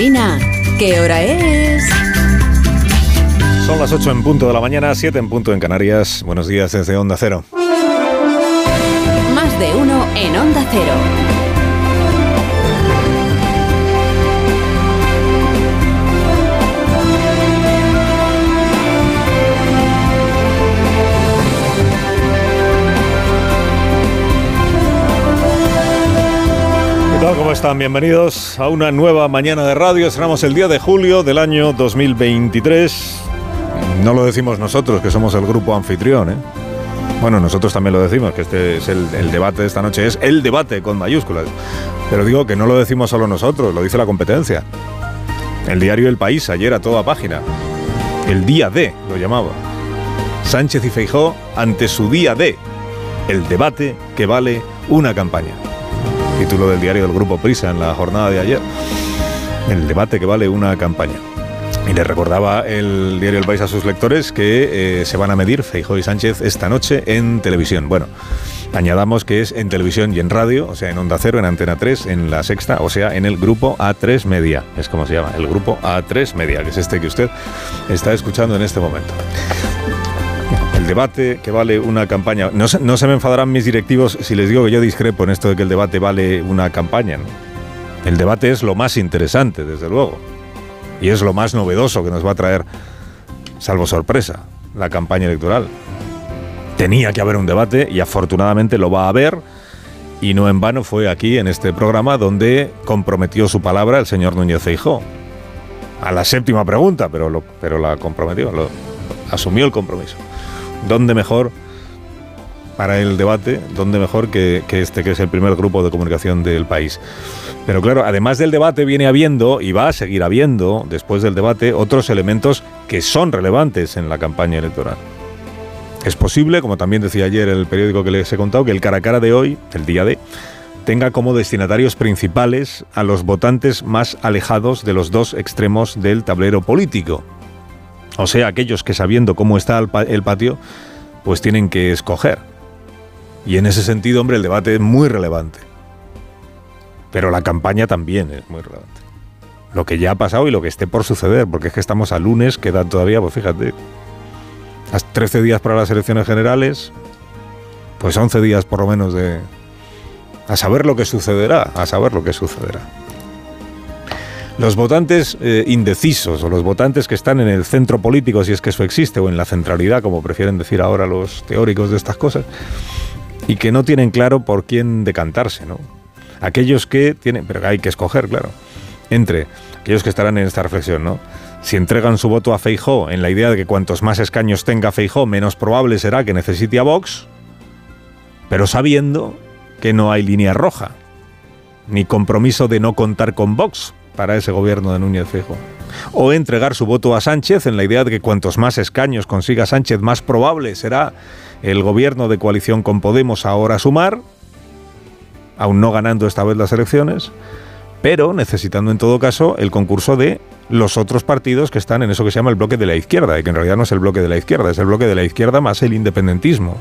Alsina, ¿qué hora es? Son las 8 en punto de la mañana, 7 en punto en Canarias. Buenos días desde Onda Cero. Más de uno en Onda Cero. ¿Qué tal? ¿Cómo están? Bienvenidos a una nueva mañana de radio. Estrenamos el día de julio del año 2023. No lo decimos nosotros, que somos el grupo anfitrión, ¿eh? Bueno, nosotros también lo decimos, que este es el debate de esta noche, es el debate con mayúsculas. Pero digo que no lo decimos solo nosotros, lo dice la competencia. El diario El País, ayer a toda página. El día D, lo llamaba. Sánchez y Feijóo ante su día D. El debate que vale una campaña. Título del diario del Grupo Prisa en la jornada de ayer. El debate que vale una campaña. Y le recordaba el diario El País a sus lectores que se van a medir Feijóo y Sánchez esta noche en televisión. Bueno, añadamos que es en televisión y en radio, o sea, en Onda Cero, en Antena 3, en La Sexta, o sea, en el Grupo A3 Media, es como se llama, el Grupo A3 Media, que es este que usted está escuchando en este momento. El debate que vale una campaña. No se me enfadarán mis directivos si les digo que yo discrepo en esto de que el debate vale una campaña, ¿no? El debate es lo más interesante, desde luego. Y es lo más novedoso que nos va a traer, salvo sorpresa, la campaña electoral. Tenía que haber un debate y afortunadamente lo va a haber. Y no en vano fue aquí, en este programa, donde comprometió su palabra el señor Núñez Feijóo. A la séptima pregunta, pero la comprometió, asumió el compromiso. ¿Dónde mejor para el debate? ¿Dónde mejor que este, que es el primer grupo de comunicación del país? Pero claro, además del debate viene habiendo, y va a seguir habiendo, después del debate, otros elementos que son relevantes en la campaña electoral. Es posible, como también decía ayer el periódico que les he contado, que el cara a cara de hoy, el día D, tenga como destinatarios principales a los votantes más alejados de los dos extremos del tablero político. O sea, aquellos que, sabiendo cómo está el patio, pues tienen que escoger. Y en ese sentido, hombre, el debate es muy relevante. Pero la campaña también es muy relevante. Lo que ya ha pasado y lo que esté por suceder, porque es que estamos a lunes, quedan todavía, pues fíjate, 13 días para las elecciones generales, pues 11 días por lo menos a saber lo que sucederá, Los votantes indecisos, o los votantes que están en el centro político, si es que eso existe, o en la centralidad, como prefieren decir ahora los teóricos de estas cosas, y que no tienen claro por quién decantarse, ¿no? Aquellos que tienen, pero hay que escoger, claro, entre aquellos que estarán en esta reflexión, ¿no? Si entregan su voto a Feijóo en la idea de que cuantos más escaños tenga Feijóo, menos probable será que necesite a Vox, pero sabiendo que no hay línea roja, ni compromiso de no contar con Vox para ese gobierno de Núñez Feijóo. O entregar su voto a Sánchez en la idea de que cuantos más escaños consiga Sánchez, más probable será el gobierno de coalición con Podemos ahora Sumar, aún no ganando esta vez las elecciones, pero necesitando en todo caso el concurso de los otros partidos que están en eso que se llama el bloque de la izquierda, y que en realidad no es el bloque de la izquierda, es el bloque de la izquierda más el independentismo.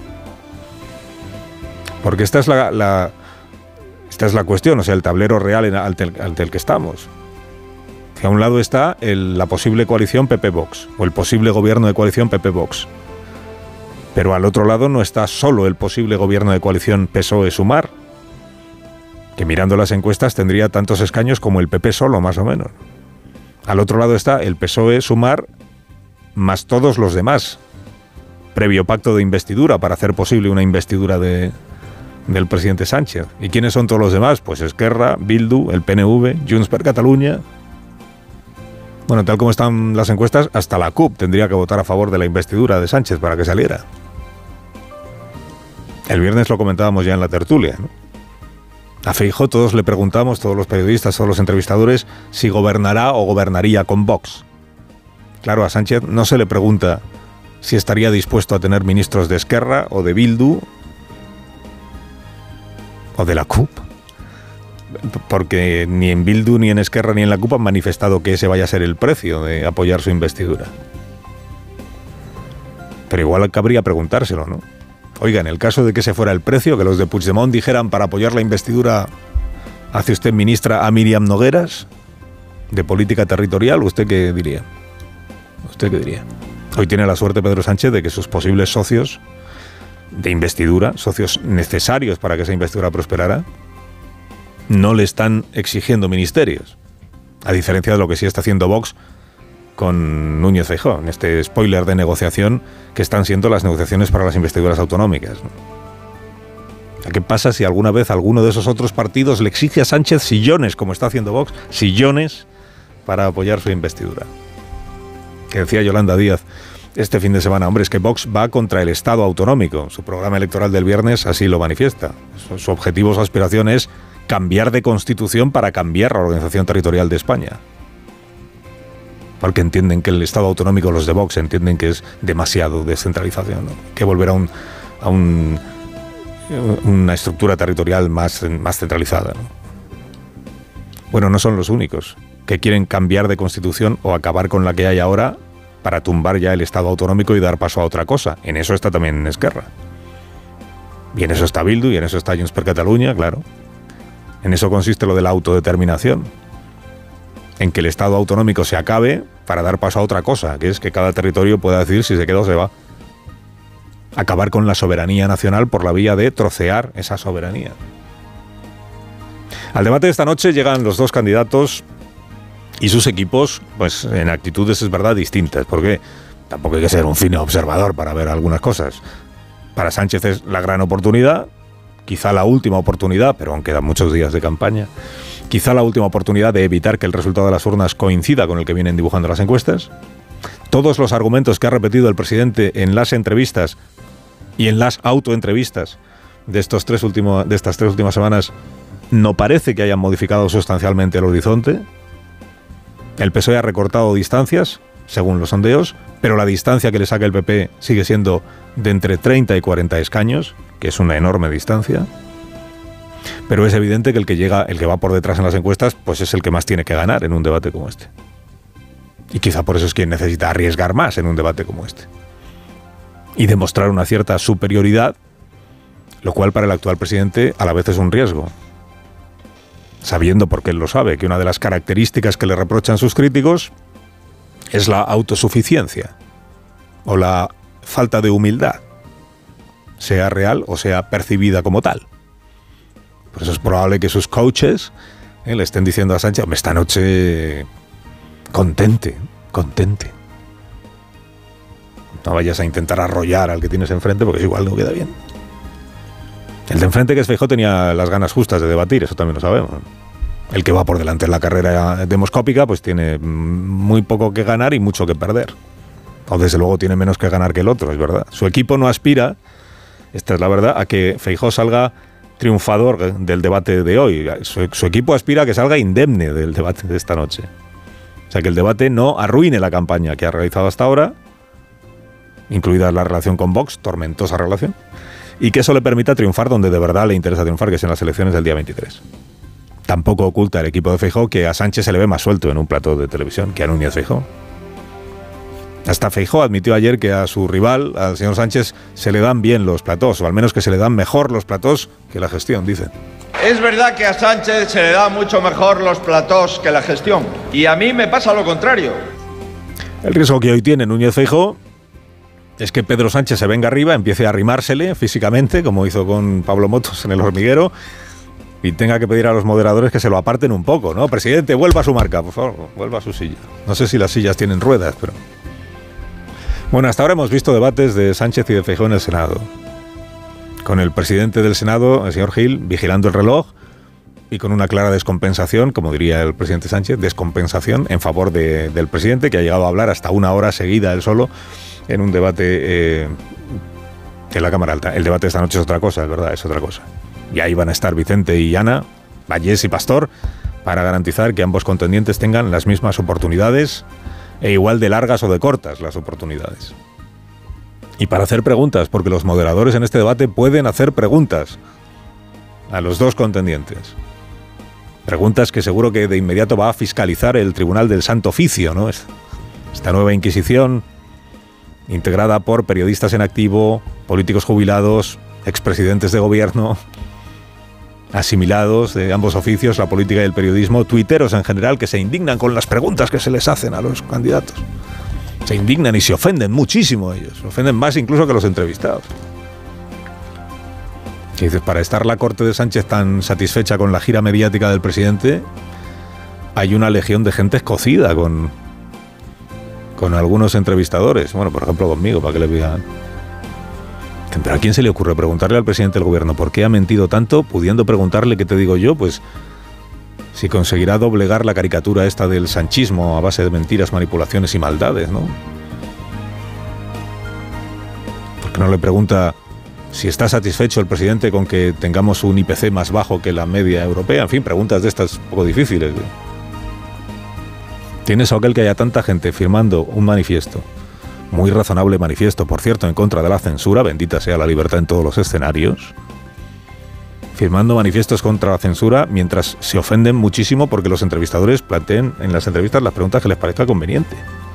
Porque esta es la cuestión, o sea, el tablero real ante el que estamos. Que a un lado está la posible coalición PP-Vox, o el posible gobierno de coalición PP-Vox. Pero al otro lado no está solo el posible gobierno de coalición PSOE-Sumar, que mirando las encuestas tendría tantos escaños como el PP solo, más o menos. Al otro lado está el PSOE-Sumar más todos los demás, previo pacto de investidura para hacer posible una investidura del presidente Sánchez. ¿Y quiénes son todos los demás? Pues Esquerra, Bildu, el PNV, Junts per Catalunya. Bueno, tal como están las encuestas, hasta la CUP tendría que votar a favor de la investidura de Sánchez para que saliera. El viernes lo comentábamos ya en la tertulia, ¿no? A Feijóo todos le preguntamos, todos los periodistas, todos los entrevistadores, si gobernará o gobernaría con Vox. Claro, a Sánchez no se le pregunta si estaría dispuesto a tener ministros de Esquerra o de Bildu o de la CUP. Porque ni en Bildu, ni en Esquerra, ni en la CUP han manifestado que ese vaya a ser el precio de apoyar su investidura. Pero igual cabría preguntárselo, ¿no? Oiga, en el caso de que ese fuera el precio, que los de Puigdemont dijeran para apoyar la investidura, ¿hace usted ministra a Míriam Nogueras? de política territorial, ¿usted qué diría? ¿Usted qué diría? Hoy tiene la suerte Pedro Sánchez de que sus posibles socios de investidura, socios necesarios para que esa investidura prosperara, no le están exigiendo ministerios, a diferencia de lo que sí está haciendo Vox con Núñez Feijóo, en este spoiler de negociación que están siendo las negociaciones para las investiduras autonómicas, ¿no? ¿Qué pasa si alguna vez alguno de esos otros partidos le exige a Sánchez sillones, como está haciendo Vox, sillones para apoyar su investidura? Que decía Yolanda Díaz este fin de semana, hombre, es que Vox va contra el Estado autonómico. Su programa electoral del viernes así lo manifiesta. Su objetivo, su aspiración es cambiar de constitución para cambiar la organización territorial de España. Porque entienden que el Estado autonómico, los de Vox, entienden que es demasiado descentralización, ¿no? Que volver a una estructura territorial más centralizada, ¿no? Bueno, no son los únicos que quieren cambiar de constitución o acabar con la que hay ahora para tumbar ya el Estado autonómico y dar paso a otra cosa. En eso está también Esquerra. Y en eso está Bildu, y en eso está Junts per Catalunya, claro. En eso consiste lo de la autodeterminación. En que el Estado autonómico se acabe para dar paso a otra cosa, que es que cada territorio pueda decidir si se queda o se va. Acabar con la soberanía nacional por la vía de trocear esa soberanía. Al debate de esta noche llegan los dos candidatos y sus equipos, pues en actitudes, es verdad, distintas, porque tampoco hay que ser un fino observador para ver algunas cosas. Para Sánchez es la gran oportunidad, quizá la última oportunidad, pero aún quedan muchos días de campaña, quizá la última oportunidad de evitar que el resultado de las urnas coincida con el que vienen dibujando las encuestas. Todos los argumentos que ha repetido el presidente en las entrevistas y en las autoentrevistas de estas tres últimas semanas no parece que hayan modificado sustancialmente el horizonte. El PSOE ha recortado distancias, según los sondeos, pero la distancia que le saca el PP sigue siendo de entre 30 y 40 escaños, que es una enorme distancia. Pero es evidente que el que va por detrás en las encuestas, pues es el que más tiene que ganar en un debate como este. Y quizá por eso es quien necesita arriesgar más en un debate como este. Y demostrar una cierta superioridad, lo cual para el actual presidente a la vez es un riesgo. Sabiendo, porque él lo sabe, que una de las características que le reprochan sus críticos es la autosuficiencia o la falta de humildad, sea real o sea percibida como tal. Por eso es probable que sus coaches le estén diciendo a Sánchez, esta noche contente. No vayas a intentar arrollar al que tienes enfrente porque igual no queda bien. El de enfrente, que es Feijóo, tenía las ganas justas de debatir, eso también lo sabemos. El que va por delante en la carrera demoscópica, pues tiene muy poco que ganar y mucho que perder. O desde luego tiene menos que ganar que el otro, es verdad. Su equipo no aspira, esta es la verdad, a que Feijóo salga triunfador del debate de hoy. Su equipo aspira a que salga indemne del debate de esta noche. O sea, que el debate no arruine la campaña que ha realizado hasta ahora, incluida la relación con Vox, tormentosa relación, y que eso le permita triunfar donde de verdad le interesa triunfar, que es en las elecciones del día 23. Tampoco oculta el equipo de Feijóo que a Sánchez se le ve más suelto en un plató de televisión que a Núñez Feijóo. Hasta Feijóo admitió ayer que a su rival, al señor Sánchez, se le dan bien los platós, o al menos que se le dan mejor los platós que la gestión, dicen. Es verdad que a Sánchez se le da mucho mejor los platós que la gestión, y a mí me pasa lo contrario. El riesgo que hoy tiene Núñez Feijóo es que Pedro Sánchez se venga arriba, empiece a arrimársele físicamente, como hizo con Pablo Motos en El Hormiguero, y tenga que pedir a los moderadores que se lo aparten un poco, ¿no? Presidente, vuelva a su marca, por favor, vuelva a su silla. No sé si las sillas tienen ruedas, pero... Bueno, hasta ahora hemos visto debates de Sánchez y de Feijóo en el Senado. Con el presidente del Senado, el señor Gil, vigilando el reloj y con una clara descompensación, como diría el presidente Sánchez, descompensación en favor del presidente, que ha llegado a hablar hasta una hora seguida él solo en un debate en la Cámara Alta. El debate de esta noche es otra cosa, es verdad, es otra cosa. Y ahí van a estar Vicente y Ana, Vallés y Pastor, para garantizar que ambos contendientes tengan las mismas oportunidades e igual de largas o de cortas las oportunidades. Y para hacer preguntas, porque los moderadores en este debate pueden hacer preguntas a los dos contendientes. Preguntas que seguro que de inmediato va a fiscalizar el Tribunal del Santo Oficio, ¿no? Esta nueva Inquisición, integrada por periodistas en activo, políticos jubilados, expresidentes de gobierno, asimilados de ambos oficios, la política y el periodismo, tuiteros en general, que se indignan con las preguntas que se les hacen a los candidatos. Se indignan y se ofenden muchísimo ellos, se ofenden más incluso que los entrevistados. Y dices, para estar la corte de Sánchez tan satisfecha con la gira mediática del presidente, hay una legión de gente escocida con algunos entrevistadores. Bueno, por ejemplo conmigo, para que le digan. Pero ¿a quién se le ocurre preguntarle al presidente del gobierno por qué ha mentido tanto, pudiendo preguntarle qué te digo yo? Pues si conseguirá doblegar la caricatura esta del sanchismo a base de mentiras, manipulaciones y maldades, ¿no? ¿Por qué no le pregunta si está satisfecho el presidente con que tengamos un IPC más bajo que la media europea? En fin, preguntas de estas un poco difíciles. ¿Tienes aquel que haya tanta gente firmando un manifiesto, muy razonable manifiesto, por cierto, en contra de la censura, bendita sea la libertad en todos los escenarios, firmando manifiestos contra la censura mientras se ofenden muchísimo porque los entrevistadores planteen en las entrevistas las preguntas que les parezca conveniente?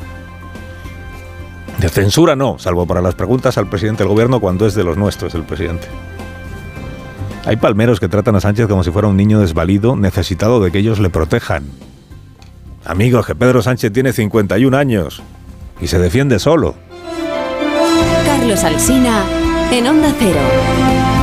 De censura no, salvo para las preguntas al presidente del gobierno cuando es de los nuestros el presidente. Hay palmeros que tratan a Sánchez como si fuera un niño desvalido, necesitado de que ellos le protejan. Amigos, que Pedro Sánchez tiene 51 años y se defiende solo. Carlos Alsina en Onda Cero.